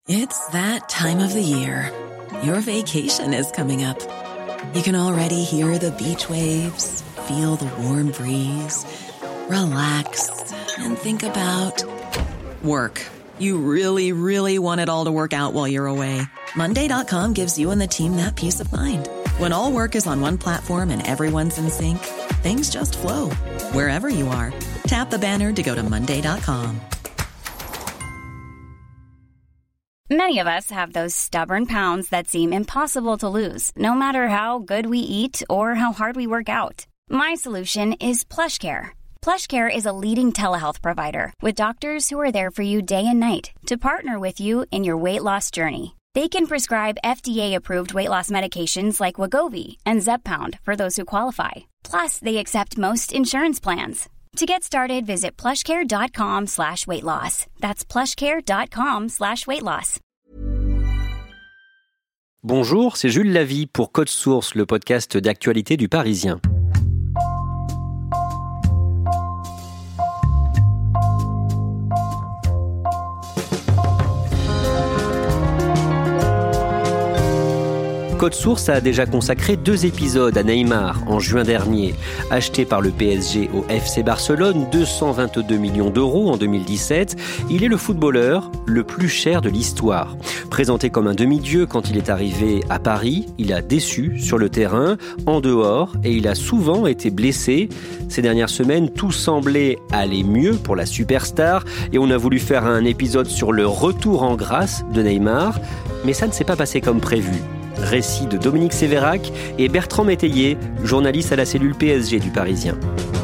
It's that time of the year. Your vacation is coming up. You can already hear the beach waves, feel the warm breeze, relax, and think about work. You really, really want it all to work out while you're away. Monday.com gives you and the team that peace of mind. When all work is on one platform and everyone's in sync, things just flow. Wherever you are, tap the banner to go to Monday.com. Many of us have those stubborn pounds that seem impossible to lose, no matter how good we eat or how hard we work out. My solution is PlushCare. PlushCare is a leading telehealth provider with doctors who are there for you day and night to partner with you in your weight loss journey. They can prescribe FDA-approved weight loss medications like Wegovy and Zepbound for those who qualify. Plus, they accept most insurance plans. To get started, visit plushcare.com/weightloss. That's plushcare.com/weightloss. Bonjour, c'est Jules Lavie pour Code Source, le podcast d'actualité du Parisien. Code Source a déjà consacré 2 épisodes à Neymar en juin dernier. Acheté par le PSG au FC Barcelone, 222 millions d'euros en 2017, il est le footballeur le plus cher de l'histoire. Présenté comme un demi-dieu quand il est arrivé à Paris, il a déçu sur le terrain, en dehors, et il a souvent été blessé. Ces dernières semaines, tout semblait aller mieux pour la superstar et on a voulu faire un épisode sur le retour en grâce de Neymar, mais ça ne s'est pas passé comme prévu. Récit de Dominique Sévérac et Bertrand Métayer, journaliste à la cellule PSG du Parisien.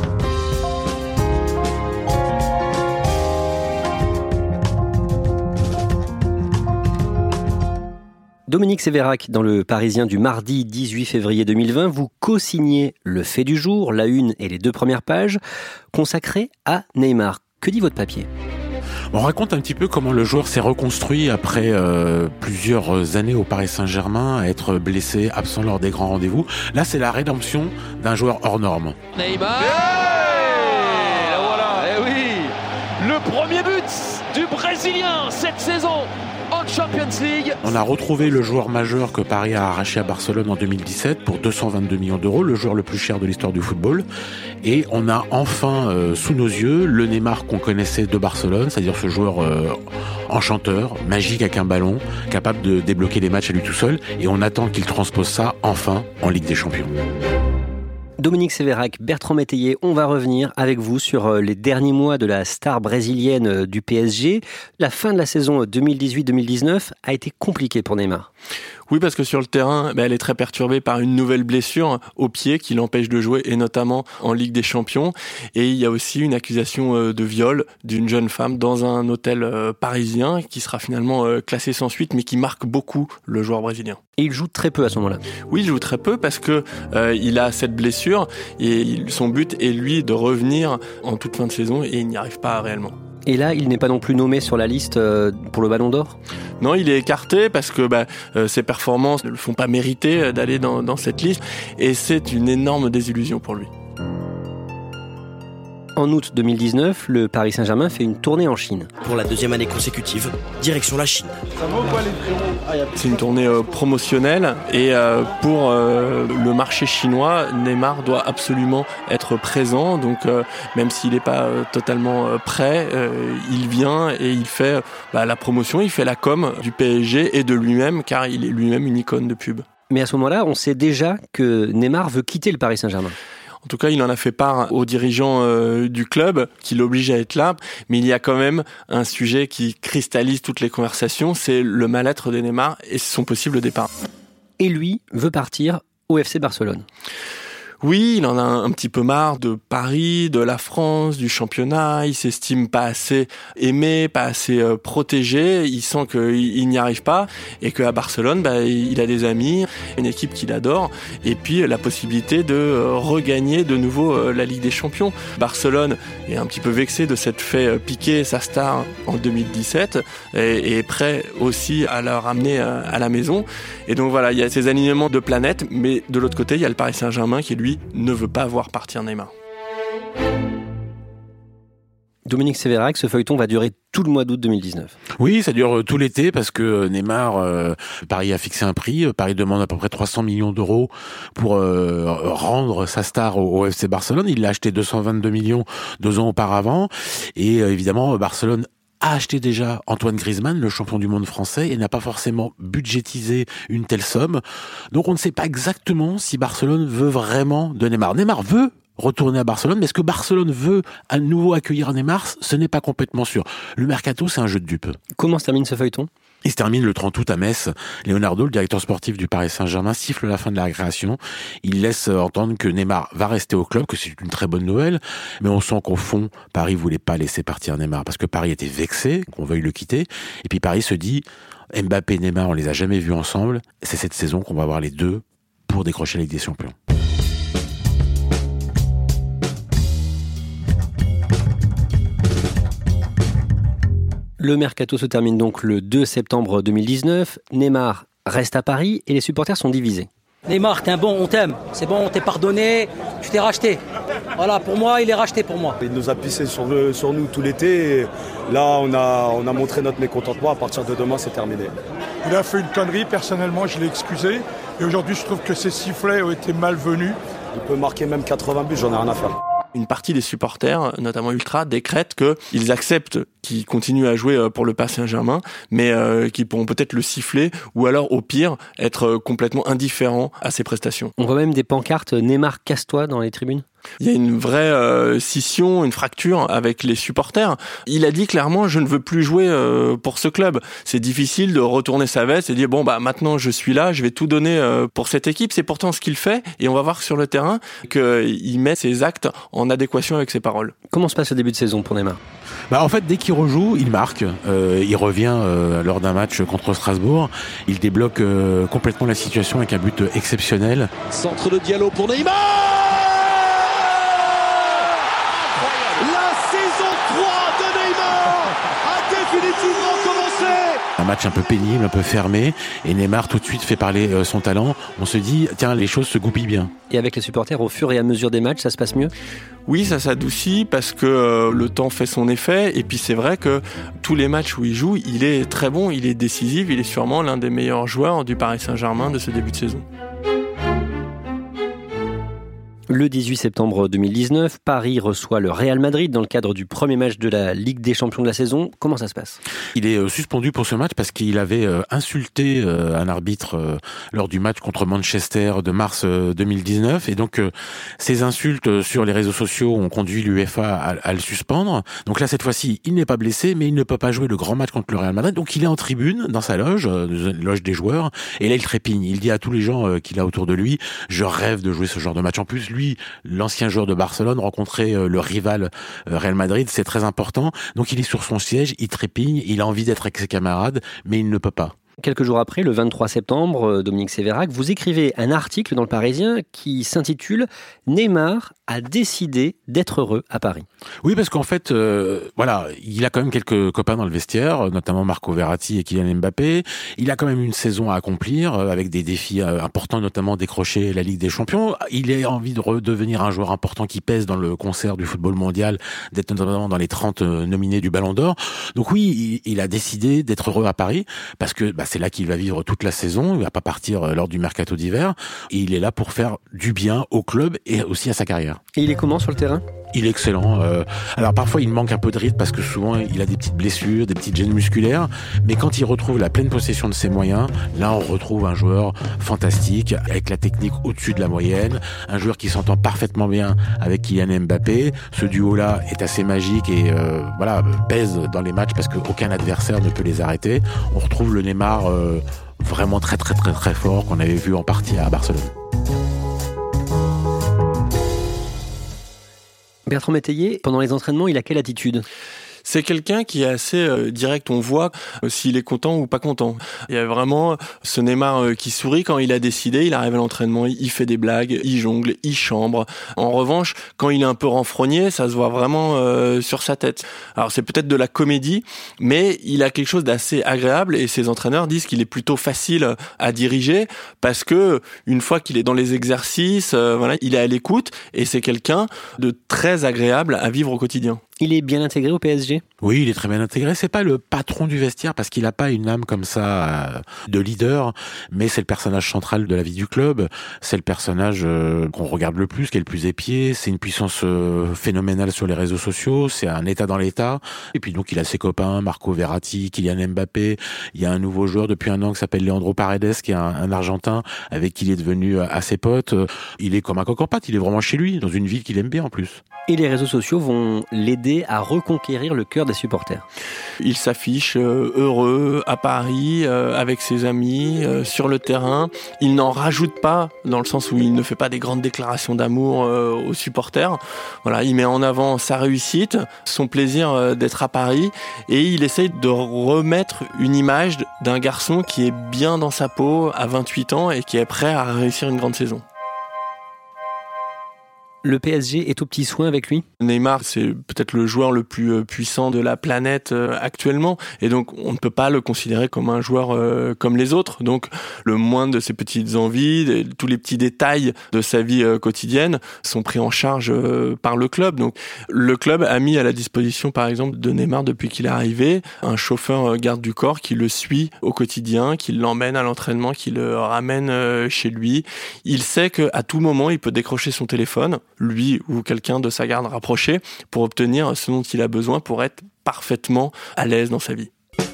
Dominique Sévérac, dans le Parisien du mardi 18 février 2020, vous co-signez le fait du jour, la une et les 2 premières pages, consacrées à Neymar. Que dit votre papier ? On raconte un petit peu comment le joueur s'est reconstruit après plusieurs années au Paris Saint-Germain, à être blessé, absent lors des grands rendez-vous. Là, c'est la rédemption d'un joueur hors norme. Neymar, voilà, oui, le premier but du Brésilien cette saison en Champions League. On a retrouvé le joueur majeur que Paris a arraché à Barcelone en 2017 pour 222 millions d'euros, le joueur le plus cher de l'histoire du football. Et on a enfin sous nos yeux le Neymar qu'on connaissait de Barcelone, c'est-à-dire ce joueur enchanteur, magique avec un ballon, capable de débloquer des matchs à lui tout seul. Et on attend qu'il transpose ça enfin en Ligue des Champions. Dominique Sévérac, Bertrand Métayer, on va revenir avec vous sur les derniers mois de la star brésilienne du PSG. La fin de la saison 2018-2019 a été compliquée pour Neymar. Oui, parce que sur le terrain, elle est très perturbée par une nouvelle blessure au pied qui l'empêche de jouer, et notamment en Ligue des Champions. Et il y a aussi une accusation de viol d'une jeune femme dans un hôtel parisien qui sera finalement classé sans suite, mais qui marque beaucoup le joueur brésilien. Et il joue très peu à ce moment-là. Oui, il joue très peu parce que il a cette blessure et son but est lui de revenir en toute fin de saison et il n'y arrive pas réellement. Et là, il n'est pas non plus nommé sur la liste pour le Ballon d'Or ? Non, il est écarté parce que ses performances ne le font pas mériter d'aller dans cette liste et c'est une énorme désillusion pour lui. En août 2019, le Paris Saint-Germain fait une tournée en Chine. Pour la 2e année consécutive, direction la Chine. C'est une tournée promotionnelle et pour le marché chinois, Neymar doit absolument être présent. Donc même s'il n'est pas totalement prêt, il vient et il fait la promotion, il fait la com du PSG et de lui-même car il est lui-même une icône de pub. Mais à ce moment-là, on sait déjà que Neymar veut quitter le Paris Saint-Germain. En tout cas, il en a fait part aux dirigeants du club qui l'obligent à être là. Mais il y a quand même un sujet qui cristallise toutes les conversations, c'est le mal-être de Neymar et son possible départ. Et lui veut partir au FC Barcelone. Oui, il en a un petit peu marre de Paris, de la France, du championnat. Il s'estime pas assez aimé, pas assez protégé. Il sent qu'il n'y arrive pas et qu'à Barcelone, il a des amis, une équipe qu'il adore et puis la possibilité de regagner de nouveau la Ligue des Champions. Barcelone est un petit peu vexé de s'être fait piquer sa star en 2017 et est prêt aussi à la ramener à la maison. Et donc voilà, il y a ces alignements de planètes, mais de l'autre côté, il y a le Paris Saint-Germain qui lui ne veut pas voir partir Neymar. Dominique Sévérac, ce feuilleton va durer tout le mois d'août 2019. Oui, ça dure tout l'été parce que Neymar, Paris a fixé un prix. Paris demande à peu près 300 millions d'euros pour rendre sa star au FC Barcelone. Il l'a acheté 222 millions 2 ans auparavant. Et évidemment, Barcelone a acheté déjà Antoine Griezmann, le champion du monde français, et n'a pas forcément budgétisé une telle somme. Donc on ne sait pas exactement si Barcelone veut vraiment de Neymar. Neymar veut retourner à Barcelone, mais est-ce que Barcelone veut à nouveau accueillir Neymar ? Ce n'est pas complètement sûr. Le mercato, c'est un jeu de dupes. Comment se termine ce feuilleton ? Il se termine le 30 août à Metz. Leonardo, le directeur sportif du Paris Saint-Germain, siffle la fin de la récréation. Il laisse entendre que Neymar va rester au club, que c'est une très bonne nouvelle, mais on sent qu'au fond, Paris voulait pas laisser partir Neymar, parce que Paris était vexé qu'on veuille le quitter, et puis Paris se dit, Mbappé et Neymar, on les a jamais vus ensemble, c'est cette saison qu'on va voir les deux pour décrocher la Ligue des Champions. Le mercato se termine donc le 2 septembre 2019. Neymar reste à Paris et les supporters sont divisés. Neymar, t'es un bon, on t'aime. C'est bon, on t'est pardonné, tu t'es racheté. Voilà, pour moi, il est racheté pour moi. Il nous a pissé sur nous tout l'été. Et là, on a montré notre mécontentement. À partir de demain, c'est terminé. Il a fait une connerie. Personnellement, je l'ai excusé. Et aujourd'hui, je trouve que ses sifflets ont été malvenus. Il peut marquer même 80 buts, j'en ai rien à faire. Une partie des supporters, notamment ultra, décrètent qu'ils acceptent qu'il continue à jouer pour le Paris Saint-Germain, mais qu'ils pourront peut-être le siffler ou alors, au pire, être complètement indifférents à ses prestations. On voit même des pancartes « Neymar, casse-toi » dans les tribunes. Il y a une vraie scission, une fracture avec les supporters. Il a dit clairement, je ne veux plus jouer pour ce club. C'est difficile de retourner sa veste et dire, bon, bah maintenant je suis là, je vais tout donner pour cette équipe. C'est pourtant ce qu'il fait et on va voir sur le terrain qu'il met ses actes en adéquation avec ses paroles. Comment se passe le début de saison pour Neymar ? En fait, dès qu'il rejoue, il marque. Il revient lors d'un match contre Strasbourg. Il débloque complètement la situation avec un but exceptionnel. Centre de Diallo pour Neymar. La saison 3 de Neymar a définitivement commencé. Un match un peu pénible, un peu fermé. Et Neymar tout de suite fait parler son talent. On se dit, tiens, les choses se goupillent bien. Et avec les supporters, au fur et à mesure des matchs, ça se passe mieux ? Oui, ça s'adoucit parce que le temps fait son effet. Et puis c'est vrai que tous les matchs où il joue, il est très bon, il est décisif. Il est sûrement l'un des meilleurs joueurs du Paris Saint-Germain de ce début de saison. Le 18 septembre 2019, Paris reçoit le Real Madrid dans le cadre du premier match de la Ligue des Champions de la saison. Comment ça se passe ? Il est suspendu pour ce match parce qu'il avait insulté un arbitre lors du match contre Manchester de mars 2019. Et donc, ces insultes sur les réseaux sociaux ont conduit l'UEFA à le suspendre. Donc là, cette fois-ci, il n'est pas blessé, mais il ne peut pas jouer le grand match contre le Real Madrid. Donc, il est en tribune, dans sa loge, loge des joueurs. Et là, il trépigne. Il dit à tous les gens qu'il a autour de lui, je rêve de jouer ce genre de match. En plus, lui, l'ancien joueur de Barcelone, rencontrer le rival Real Madrid, c'est très important. Donc il est sur son siège, il trépigne, il a envie d'être avec ses camarades, mais il ne peut pas. Quelques jours après, le 23 septembre, Dominique Sévérac, vous écrivez un article dans Le Parisien qui s'intitule « Neymar a décidé d'être heureux à Paris ». Oui, parce qu'en fait, il a quand même quelques copains dans le vestiaire, notamment Marco Verratti et Kylian Mbappé. Il a quand même une saison à accomplir avec des défis importants, notamment décrocher la Ligue des Champions. Il a envie de redevenir un joueur important qui pèse dans le concert du football mondial, d'être notamment dans les 30 nominés du Ballon d'Or. Donc oui, il a décidé d'être heureux à Paris parce que c'est là qu'il va vivre toute la saison. Il va pas partir lors du mercato d'hiver. Et il est là pour faire du bien au club et aussi à sa carrière. Et il est comment sur le terrain ? Il est excellent. Alors parfois il manque un peu de rythme parce que souvent il a des petites blessures, des petites gênes musculaires. Mais quand il retrouve la pleine possession de ses moyens, là on retrouve un joueur fantastique avec la technique au-dessus de la moyenne, un joueur qui s'entend parfaitement bien avec Kylian Mbappé. Ce duo-là est assez magique et pèse dans les matchs parce qu'aucun adversaire ne peut les arrêter. On retrouve le Neymar vraiment très très très très fort qu'on avait vu en partie à Barcelone. Bertrand Métayer, pendant les entraînements, il a quelle attitude ? C'est quelqu'un qui est assez direct, on voit s'il est content ou pas content. Il y a vraiment ce Neymar qui sourit quand il a décidé, il arrive à l'entraînement, il fait des blagues, il jongle, il chambre. En revanche, quand il est un peu renfrogné, ça se voit vraiment sur sa tête. Alors c'est peut-être de la comédie, mais il a quelque chose d'assez agréable et ses entraîneurs disent qu'il est plutôt facile à diriger parce que une fois qu'il est dans les exercices, il est à l'écoute et c'est quelqu'un de très agréable à vivre au quotidien. Il est bien intégré au PSG ? Oui, il est très bien intégré. C'est pas le patron du vestiaire parce qu'il a pas une âme comme ça de leader, mais c'est le personnage central de la vie du club. C'est le personnage qu'on regarde le plus, qui est le plus épié. C'est une puissance phénoménale sur les réseaux sociaux. C'est un état dans l'état. Et puis donc il a ses copains, Marco Verratti, Kylian Mbappé. Il y a un nouveau joueur depuis un an qui s'appelle Leandro Paredes, qui est un Argentin avec qui il est devenu assez pote. Il est comme un coq en pâte. Il est vraiment chez lui, dans une ville qu'il aime bien en plus. Et les réseaux sociaux vont l'aider à reconquérir le cœur des supporters. Il s'affiche heureux à Paris, avec ses amis, sur le terrain. Il n'en rajoute pas, dans le sens où il ne fait pas des grandes déclarations d'amour aux supporters. Voilà, il met en avant sa réussite, son plaisir d'être à Paris, et il essaye de remettre une image d'un garçon qui est bien dans sa peau à 28 ans et qui est prêt à réussir une grande saison. Le PSG est au petit soin avec lui ? Neymar, c'est peut-être le joueur le plus puissant de la planète actuellement, et donc on ne peut pas le considérer comme un joueur comme les autres. Donc le moindre de ses petites envies, tous les petits détails de sa vie quotidienne sont pris en charge par le club. Donc le club a mis à la disposition, par exemple, de Neymar depuis qu'il est arrivé, un chauffeur garde du corps qui le suit au quotidien, qui l'emmène à l'entraînement, qui le ramène chez lui. Il sait qu'à tout moment, il peut décrocher son téléphone, lui ou quelqu'un de sa garde rapprochée, pour obtenir ce dont il a besoin pour être parfaitement à l'aise dans sa vie.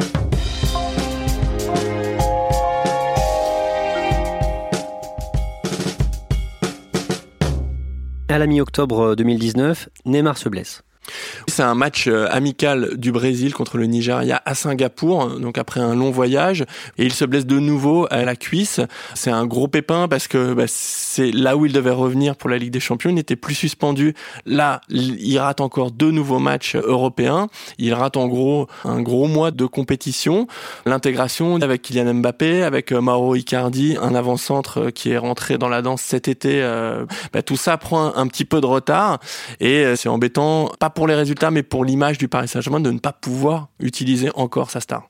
À la mi-octobre 2019, Neymar se blesse. C'est un match amical du Brésil contre le Nigeria à Singapour, donc après un long voyage, et il se blesse de nouveau à la cuisse. C'est un gros pépin parce que c'est là où il devait revenir pour la Ligue des Champions. Il n'était plus suspendu. Là, il rate encore 2 nouveaux matchs européens. Il rate en gros un gros mois de compétition. L'intégration avec Kylian Mbappé, avec Mauro Icardi, un avant-centre qui est rentré dans la danse cet été, tout ça prend un petit peu de retard, et c'est embêtant, pas pour les résultats, mais pour l'image du Paris Saint-Germain, de ne pas pouvoir utiliser encore sa star.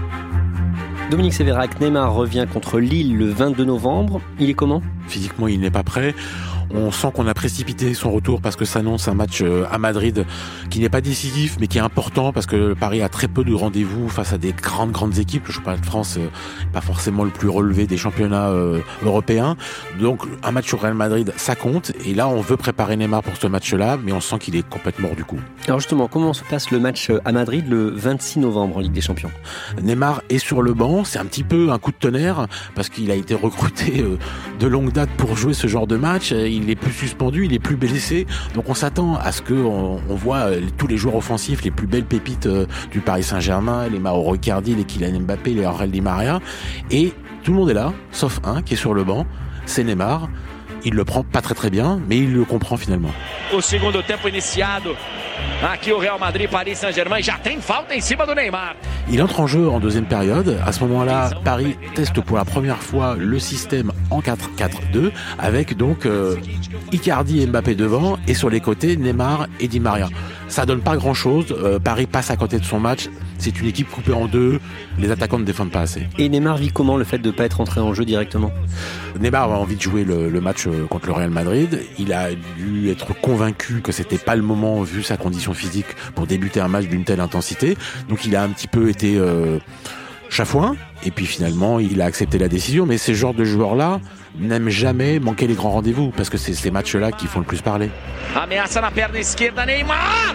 Dominique Sévérac, Neymar revient contre Lille le 22 novembre. Il est comment ? Physiquement, il n'est pas prêt. On sent qu'on a précipité son retour parce que s'annonce un match à Madrid qui n'est pas décisif mais qui est important parce que Paris a très peu de rendez-vous face à des grandes équipes. Le championnat de France pas forcément le plus relevé des championnats européens. Donc un match au Real Madrid, ça compte. Et là, on veut préparer Neymar pour ce match-là, mais on sent qu'il est complètement hors du coup. Alors justement, comment se passe le match à Madrid le 26 novembre en Ligue des Champions ? Neymar est sur le banc. C'est un petit peu un coup de tonnerre parce qu'il a été recruté de longue date pour jouer ce genre de match. Il est plus suspendu, il est plus blessé. Donc on s'attend à ce qu'on voit tous les joueurs offensifs, les plus belles pépites du Paris Saint-Germain, les Mauro Icardi, les Kylian Mbappé, les Angel Di Maria. Et tout le monde est là, sauf un qui est sur le banc, c'est Neymar. Il le prend pas très bien, mais il le comprend finalement. O segundo tempo iniciado. Aqui o Real Madrid, Paris Saint-Germain, já tem falta em cima do Neymar. Il entre en jeu en deuxième période. À ce moment-là, Paris teste pour la première fois le système en 4-4-2 avec donc Icardi et Mbappé devant et sur les côtés Neymar et Di Maria. Ça donne pas grand-chose. Paris passe à côté de son match. C'est une équipe coupée en deux. Les attaquants ne défendent pas assez. Et Neymar vit comment le fait de ne pas être entré en jeu directement ? Neymar a envie de jouer le match contre le Real Madrid. Il a dû être convaincu que c'était pas le moment, vu sa condition physique, pour débuter un match d'une telle intensité. Donc il a un petit peu été chafouin. Et puis finalement, il a accepté la décision. Mais ces genres de joueurs-là n'aiment jamais manquer les grands rendez-vous parce que c'est ces matchs-là qui font le plus parler. Ameaça na perna esquerda, Neymar!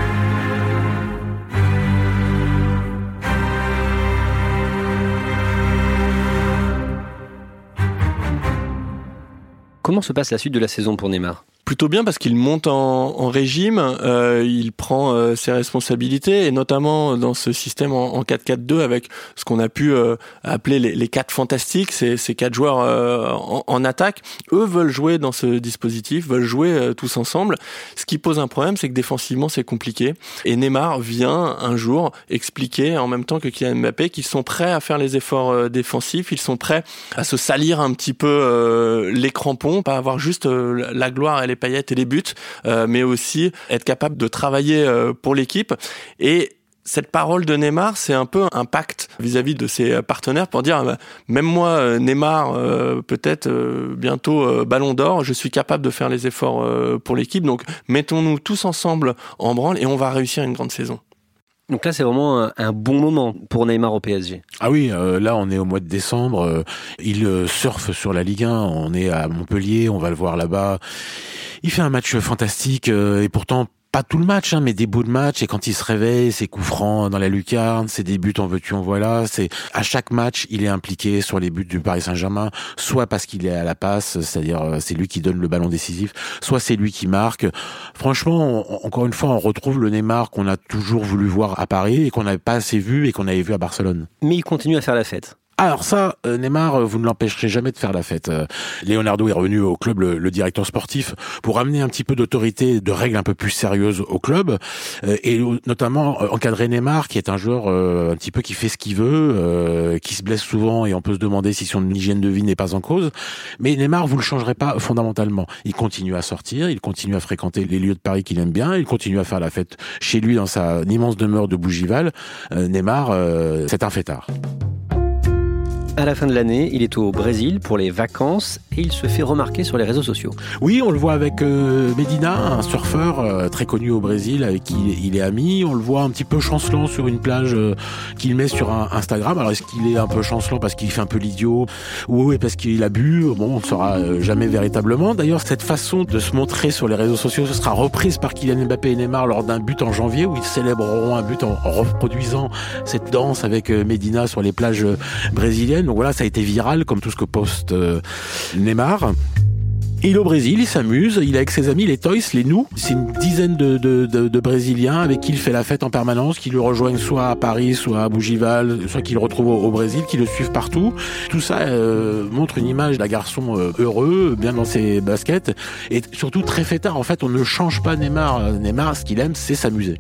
Comment se passe la suite de la saison pour Neymar ? Plutôt bien parce qu'il monte en régime, il prend ses responsabilités et notamment dans ce système en 4-4-2 avec ce qu'on a pu appeler les 4 fantastiques, ces 4 joueurs en attaque. Eux veulent jouer dans ce dispositif, veulent jouer tous ensemble. Ce qui pose un problème, c'est que défensivement c'est compliqué et Neymar vient un jour expliquer en même temps que Kylian Mbappé qu'ils sont prêts à faire les efforts défensifs, ils sont prêts à se salir un petit peu les crampons, pas avoir juste la gloire et les paillettes et les buts, mais aussi être capable de travailler pour l'équipe. Et Cette parole de Neymar, c'est un peu un pacte vis-à-vis de ses partenaires pour dire même moi, Neymar, peut-être bientôt Ballon d'Or, je suis capable de faire les efforts pour l'équipe. Donc mettons-nous tous ensemble en branle et on va réussir une grande saison. Donc là, c'est vraiment un bon moment pour Neymar au PSG. Ah oui, là, on est au mois de décembre. Il surfe sur la Ligue 1. On est à Montpellier, on va le voir là-bas. Il fait un match fantastique et pourtant pas tout le match, mais des bouts de match. Et quand il se réveille, ses coups francs dans la lucarne, ses débuts en veux-tu en voilà. C'est à chaque match, il est impliqué sur les buts du Paris Saint-Germain, soit parce qu'il est à la passe, c'est-à-dire c'est lui qui donne le ballon décisif, soit c'est lui qui marque. Franchement, encore une fois, on retrouve le Neymar qu'on a toujours voulu voir à Paris et qu'on n'avait pas assez vu et qu'on avait vu à Barcelone. Mais il continue à faire la fête. Alors ça, Neymar, vous ne l'empêcherez jamais de faire la fête. Leonardo est revenu au club, le directeur sportif, pour amener un petit peu d'autorité, de règles un peu plus sérieuses au club, et notamment encadrer Neymar, qui est un joueur un petit peu qui fait ce qu'il veut, qui se blesse souvent, et on peut se demander si son hygiène de vie n'est pas en cause. Mais Neymar, vous le changerez pas fondamentalement. Il continue à sortir, il continue à fréquenter les lieux de Paris qu'il aime bien, il continue à faire la fête chez lui dans sa immense demeure de Bougival. Neymar, c'est un fêtard. À la fin de l'année, il est au Brésil pour les vacances et il se fait remarquer sur les réseaux sociaux. Oui, on le voit avec Medina, un surfeur très connu au Brésil avec qui il est ami. On le voit un petit peu chancelant sur une plage qu'il met sur Instagram. Alors est-ce qu'il est un peu chancelant parce qu'il fait un peu l'idiot ou parce qu'il a bu? Bon, on ne saura jamais véritablement. D'ailleurs, cette façon de se montrer sur les réseaux sociaux, ce sera reprise par Kylian Mbappé et Neymar lors d'un but en janvier où ils célébreront un but en reproduisant cette danse avec Medina sur les plages brésiliennes. Donc voilà, ça a été viral comme tout ce que poste Neymar. Il est au Brésil, il s'amuse, il est avec ses amis, les Toys, les Nous. C'est une dizaine de Brésiliens avec qui il fait la fête en permanence, qui le rejoignent soit à Paris, soit à Bougival, soit qui le retrouvent au Brésil, qui le suivent partout. Tout ça montre une image d'un garçon heureux, bien dans ses baskets, et surtout très fêtard. En fait, on ne change pas Neymar. Neymar, ce qu'il aime, c'est s'amuser.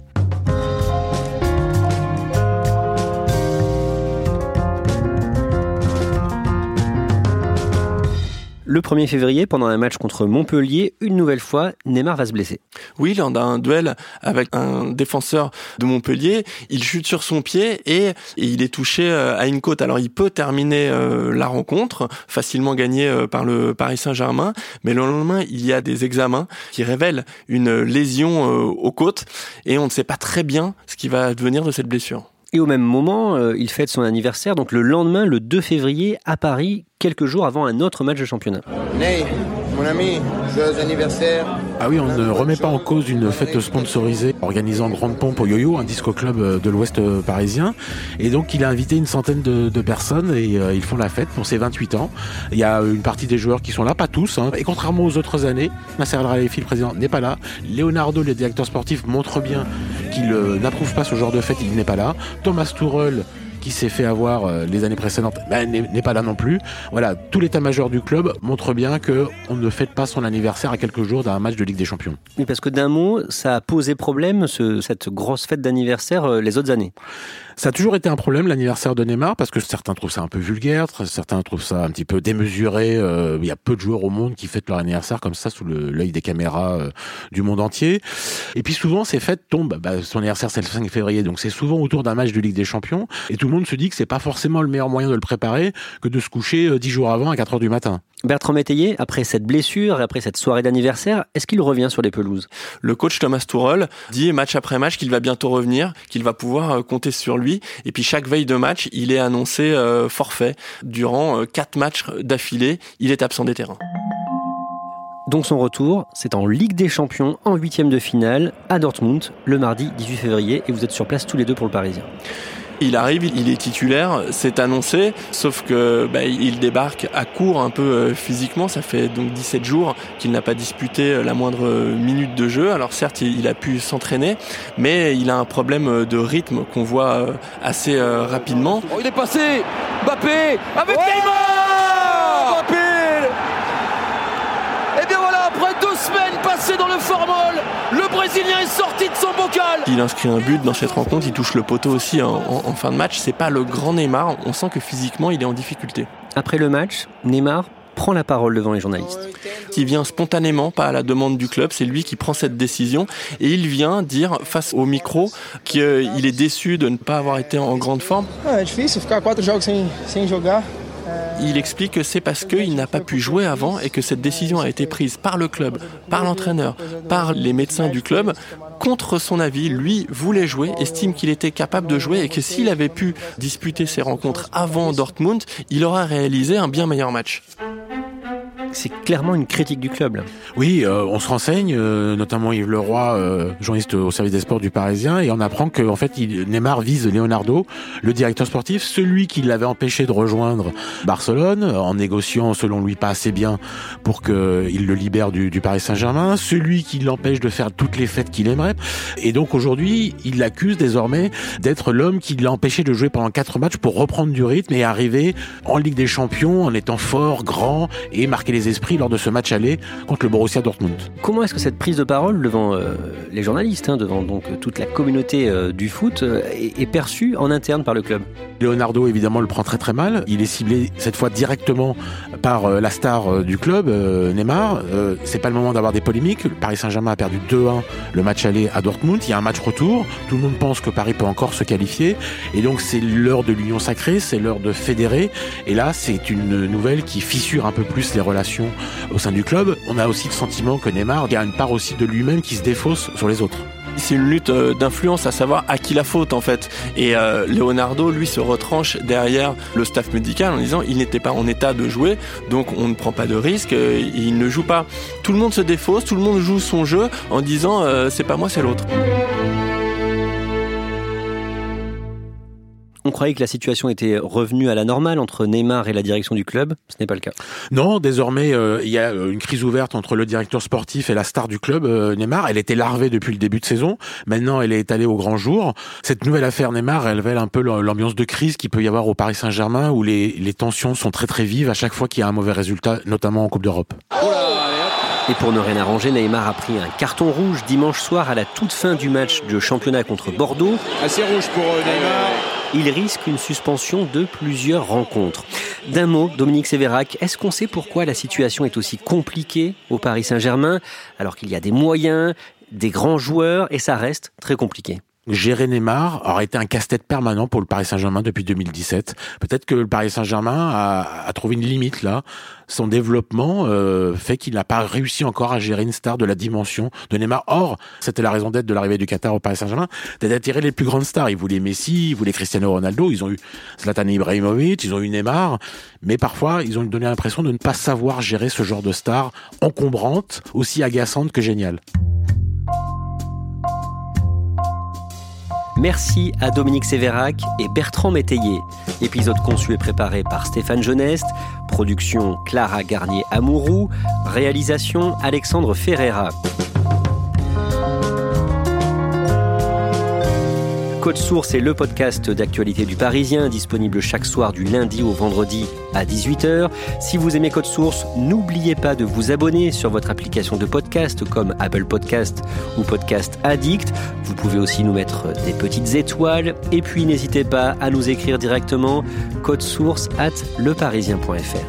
Le 1er février, pendant un match contre Montpellier, une nouvelle fois, Neymar va se blesser. Oui, lors d'un duel avec un défenseur de Montpellier, il chute sur son pied et il est touché à une côte. Alors il peut terminer la rencontre, facilement gagnée par le Paris Saint-Germain, mais le lendemain, il y a des examens qui révèlent une lésion aux côtes et on ne sait pas très bien ce qui va devenir de cette blessure. Et au même moment, il fête son anniversaire, donc le lendemain, le 2 février, à Paris, quelques jours avant un autre match de championnat. Ney, mon ami, joyeux anniversaire. Ah oui, on ne remet pas en cause une fête sponsorisée organisée en grande pompe au Yo-Yo, un disco-club de l'Ouest parisien. Et donc, il a invité une centaine de personnes et ils font la fête pour ses 28 ans. Il y a une partie des joueurs qui sont là, pas tous. Et contrairement aux autres années, Nasser Al-Khelaifi, le président, n'est pas là. Leonardo, le directeur sportif, montre bien qu'il n'approuve pas ce genre de fête, il n'est pas là. Thomas Tuchel, qui s'est fait avoir les années précédentes, n'est pas là non plus. Voilà, tout l'état-major du club montre bien qu'on ne fête pas son anniversaire à quelques jours d'un match de Ligue des Champions. Oui, parce que d'un mot, ça a posé problème, cette grosse fête d'anniversaire, les autres années. Ça a toujours été un problème, l'anniversaire de Neymar, parce que certains trouvent ça un peu vulgaire, certains trouvent ça un petit peu démesuré. Il y a peu de joueurs au monde qui fêtent leur anniversaire comme ça, sous l'œil des caméras du monde entier. Et puis souvent, ces fêtes tombent. Son anniversaire, c'est le 5 février, donc c'est souvent autour d'un match de Ligue des Champions. Et tout le monde se dit que c'est pas forcément le meilleur moyen de le préparer que de se coucher 10 jours avant à 4 heures du matin. Bertrand Métayer, après cette blessure et après cette soirée d'anniversaire, est-ce qu'il revient sur les pelouses? Le coach Thomas Tuchel dit match après match qu'il va bientôt revenir, qu'il va pouvoir compter sur lui. Et puis chaque veille de match, il est annoncé forfait. Durant 4 matchs d'affilée, il est absent des terrains. Donc son retour, c'est en Ligue des Champions, en 8e de finale, à Dortmund, le mardi 18 février. Et vous êtes sur place tous les deux pour le Parisien. Il arrive, il est titulaire, c'est annoncé, sauf que il débarque à court un peu physiquement. Ça fait donc 17 jours qu'il n'a pas disputé la moindre minute de jeu. Alors certes, il a pu s'entraîner, mais il a un problème de rythme qu'on voit assez rapidement. Oh, il est passé, Mbappé avec Neymar. Mbappé. Et bien voilà, après 2 semaines passées dans le formol, le Brésilien est sorti de son bocal. Il inscrit un but dans cette rencontre, il touche le poteau aussi en fin de match. C'est pas le grand Neymar, on sent que physiquement il est en difficulté. Après le match, Neymar prend la parole devant les journalistes. qui vient spontanément, pas à la demande du club. C'est lui qui prend cette décision et il vient dire face au micro qu'il est déçu de ne pas avoir été en grande forme. É difícil ficar 4 jogos sem jogar. Il explique que c'est parce qu'il n'a pas pu jouer avant et que cette décision a été prise par le club, par l'entraîneur, par les médecins du club, contre son avis. Lui voulait jouer, estime qu'il était capable de jouer et que s'il avait pu disputer ses rencontres avant Dortmund, il aurait réalisé un bien meilleur match. C'est clairement une critique du club, là. Oui, on se renseigne, notamment Yves Leroy, journaliste au service des sports du Parisien, et on apprend que en fait, Neymar vise Leonardo, le directeur sportif, celui qui l'avait empêché de rejoindre Barcelone, en négociant selon lui pas assez bien pour qu'il le libère du Paris Saint-Germain, celui qui l'empêche de faire toutes les fêtes qu'il aimerait. Et donc aujourd'hui, il l'accuse désormais d'être l'homme qui l'a empêché de jouer pendant 4 matchs pour reprendre du rythme et arriver en Ligue des Champions en étant fort, grand et marquer les esprits lors de ce match aller contre le Borussia Dortmund. Comment est-ce que cette prise de parole devant les journalistes, devant donc toute la communauté du foot, est perçue en interne par le club ? Leonardo évidemment le prend très très mal. Il est ciblé cette fois directement par la star du club, Neymar. C'est pas le moment d'avoir des polémiques. Le Paris Saint-Germain a perdu 2-1 le match aller à Dortmund. Il y a un match retour. Tout le monde pense que Paris peut encore se qualifier. Et donc c'est l'heure de l'union sacrée, c'est l'heure de fédérer. Et là c'est une nouvelle qui fissure un peu plus les relations au sein du club. On a aussi le sentiment que Neymar a une part aussi de lui-même qui se défausse sur les autres. C'est une lutte d'influence, à savoir à qui la faute en fait. Et Leonardo, lui, se retranche derrière le staff médical en disant il n'était pas en état de jouer, donc on ne prend pas de risque, il ne joue pas. Tout le monde se défausse, tout le monde joue son jeu en disant c'est pas moi, c'est l'autre. On croyait que la situation était revenue à la normale entre Neymar et la direction du club. Ce n'est pas le cas. Non, désormais, il y a une crise ouverte entre le directeur sportif et la star du club, Neymar. Elle était larvée depuis le début de saison. Maintenant, elle est étalée au grand jour. Cette nouvelle affaire Neymar, elle révèle un peu l'ambiance de crise qu'il peut y avoir au Paris Saint-Germain, où les tensions sont très très vives à chaque fois qu'il y a un mauvais résultat, notamment en Coupe d'Europe. Et pour ne rien arranger, Neymar a pris un carton rouge dimanche soir à la toute fin du match de championnat contre Bordeaux. Assez rouge pour Neymar. Il risque une suspension de plusieurs rencontres. D'un mot, Dominique Sévérac, est-ce qu'on sait pourquoi la situation est aussi compliquée au Paris Saint-Germain, alors qu'il y a des moyens, des grands joueurs, et ça reste très compliqué ? Gérer Neymar aurait été un casse-tête permanent pour le Paris Saint-Germain depuis 2017. Peut-être que le Paris Saint-Germain a trouvé une limite là. Son développement fait qu'il n'a pas réussi encore à gérer une star de la dimension de Neymar. Or, c'était la raison d'être de l'arrivée du Qatar au Paris Saint-Germain, d'attirer les plus grandes stars. Ils voulaient Messi, ils voulaient Cristiano Ronaldo, ils ont eu Zlatan Ibrahimovic, ils ont eu Neymar, mais parfois ils ont donné l'impression de ne pas savoir gérer ce genre de star encombrante, aussi agaçante que géniale. Merci à Dominique Sévérac et Bertrand Métayer. Épisode conçu et préparé par Stéphane Geneste. Production Clara Garnier-Amouroux. Réalisation Alexandre Ferreira. Code Source est le podcast d'actualité du Parisien, disponible chaque soir du lundi au vendredi à 18h. Si vous aimez Code Source, n'oubliez pas de vous abonner sur votre application de podcast comme Apple Podcast ou Podcast Addict. Vous pouvez aussi nous mettre des petites étoiles. Et puis n'hésitez pas à nous écrire directement codesource@leparisien.fr.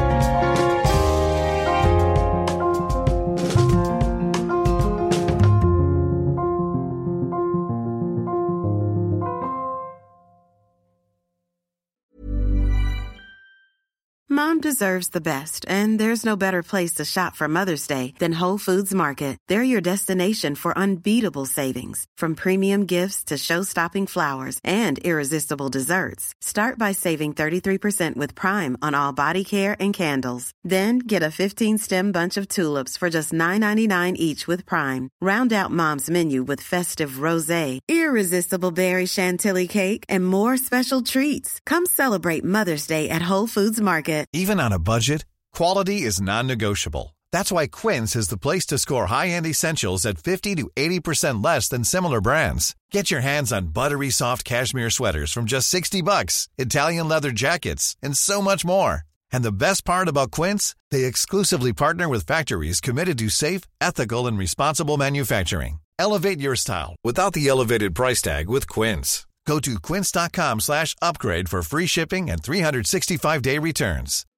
Mom deserves the best, and there's no better place to shop for Mother's Day than Whole Foods Market. They're your destination for unbeatable savings, from premium gifts to show-stopping flowers and irresistible desserts. Start by saving 33% with Prime on all body care and candles. Then get a 15-stem bunch of tulips for just $9.99 each with Prime. Round out Mom's menu with festive rosé, irresistible berry chantilly cake, and more special treats. Come celebrate Mother's Day at Whole Foods Market. Even on a budget, quality is non-negotiable. That's why Quince is the place to score high-end essentials at 50 to 80% less than similar brands. Get your hands on buttery soft cashmere sweaters from just $60, Italian leather jackets, and so much more. And the best part about Quince, they exclusively partner with factories committed to safe, ethical, and responsible manufacturing. Elevate your style without the elevated price tag with Quince. Go to quince.com/upgrade for free shipping and 365-day returns.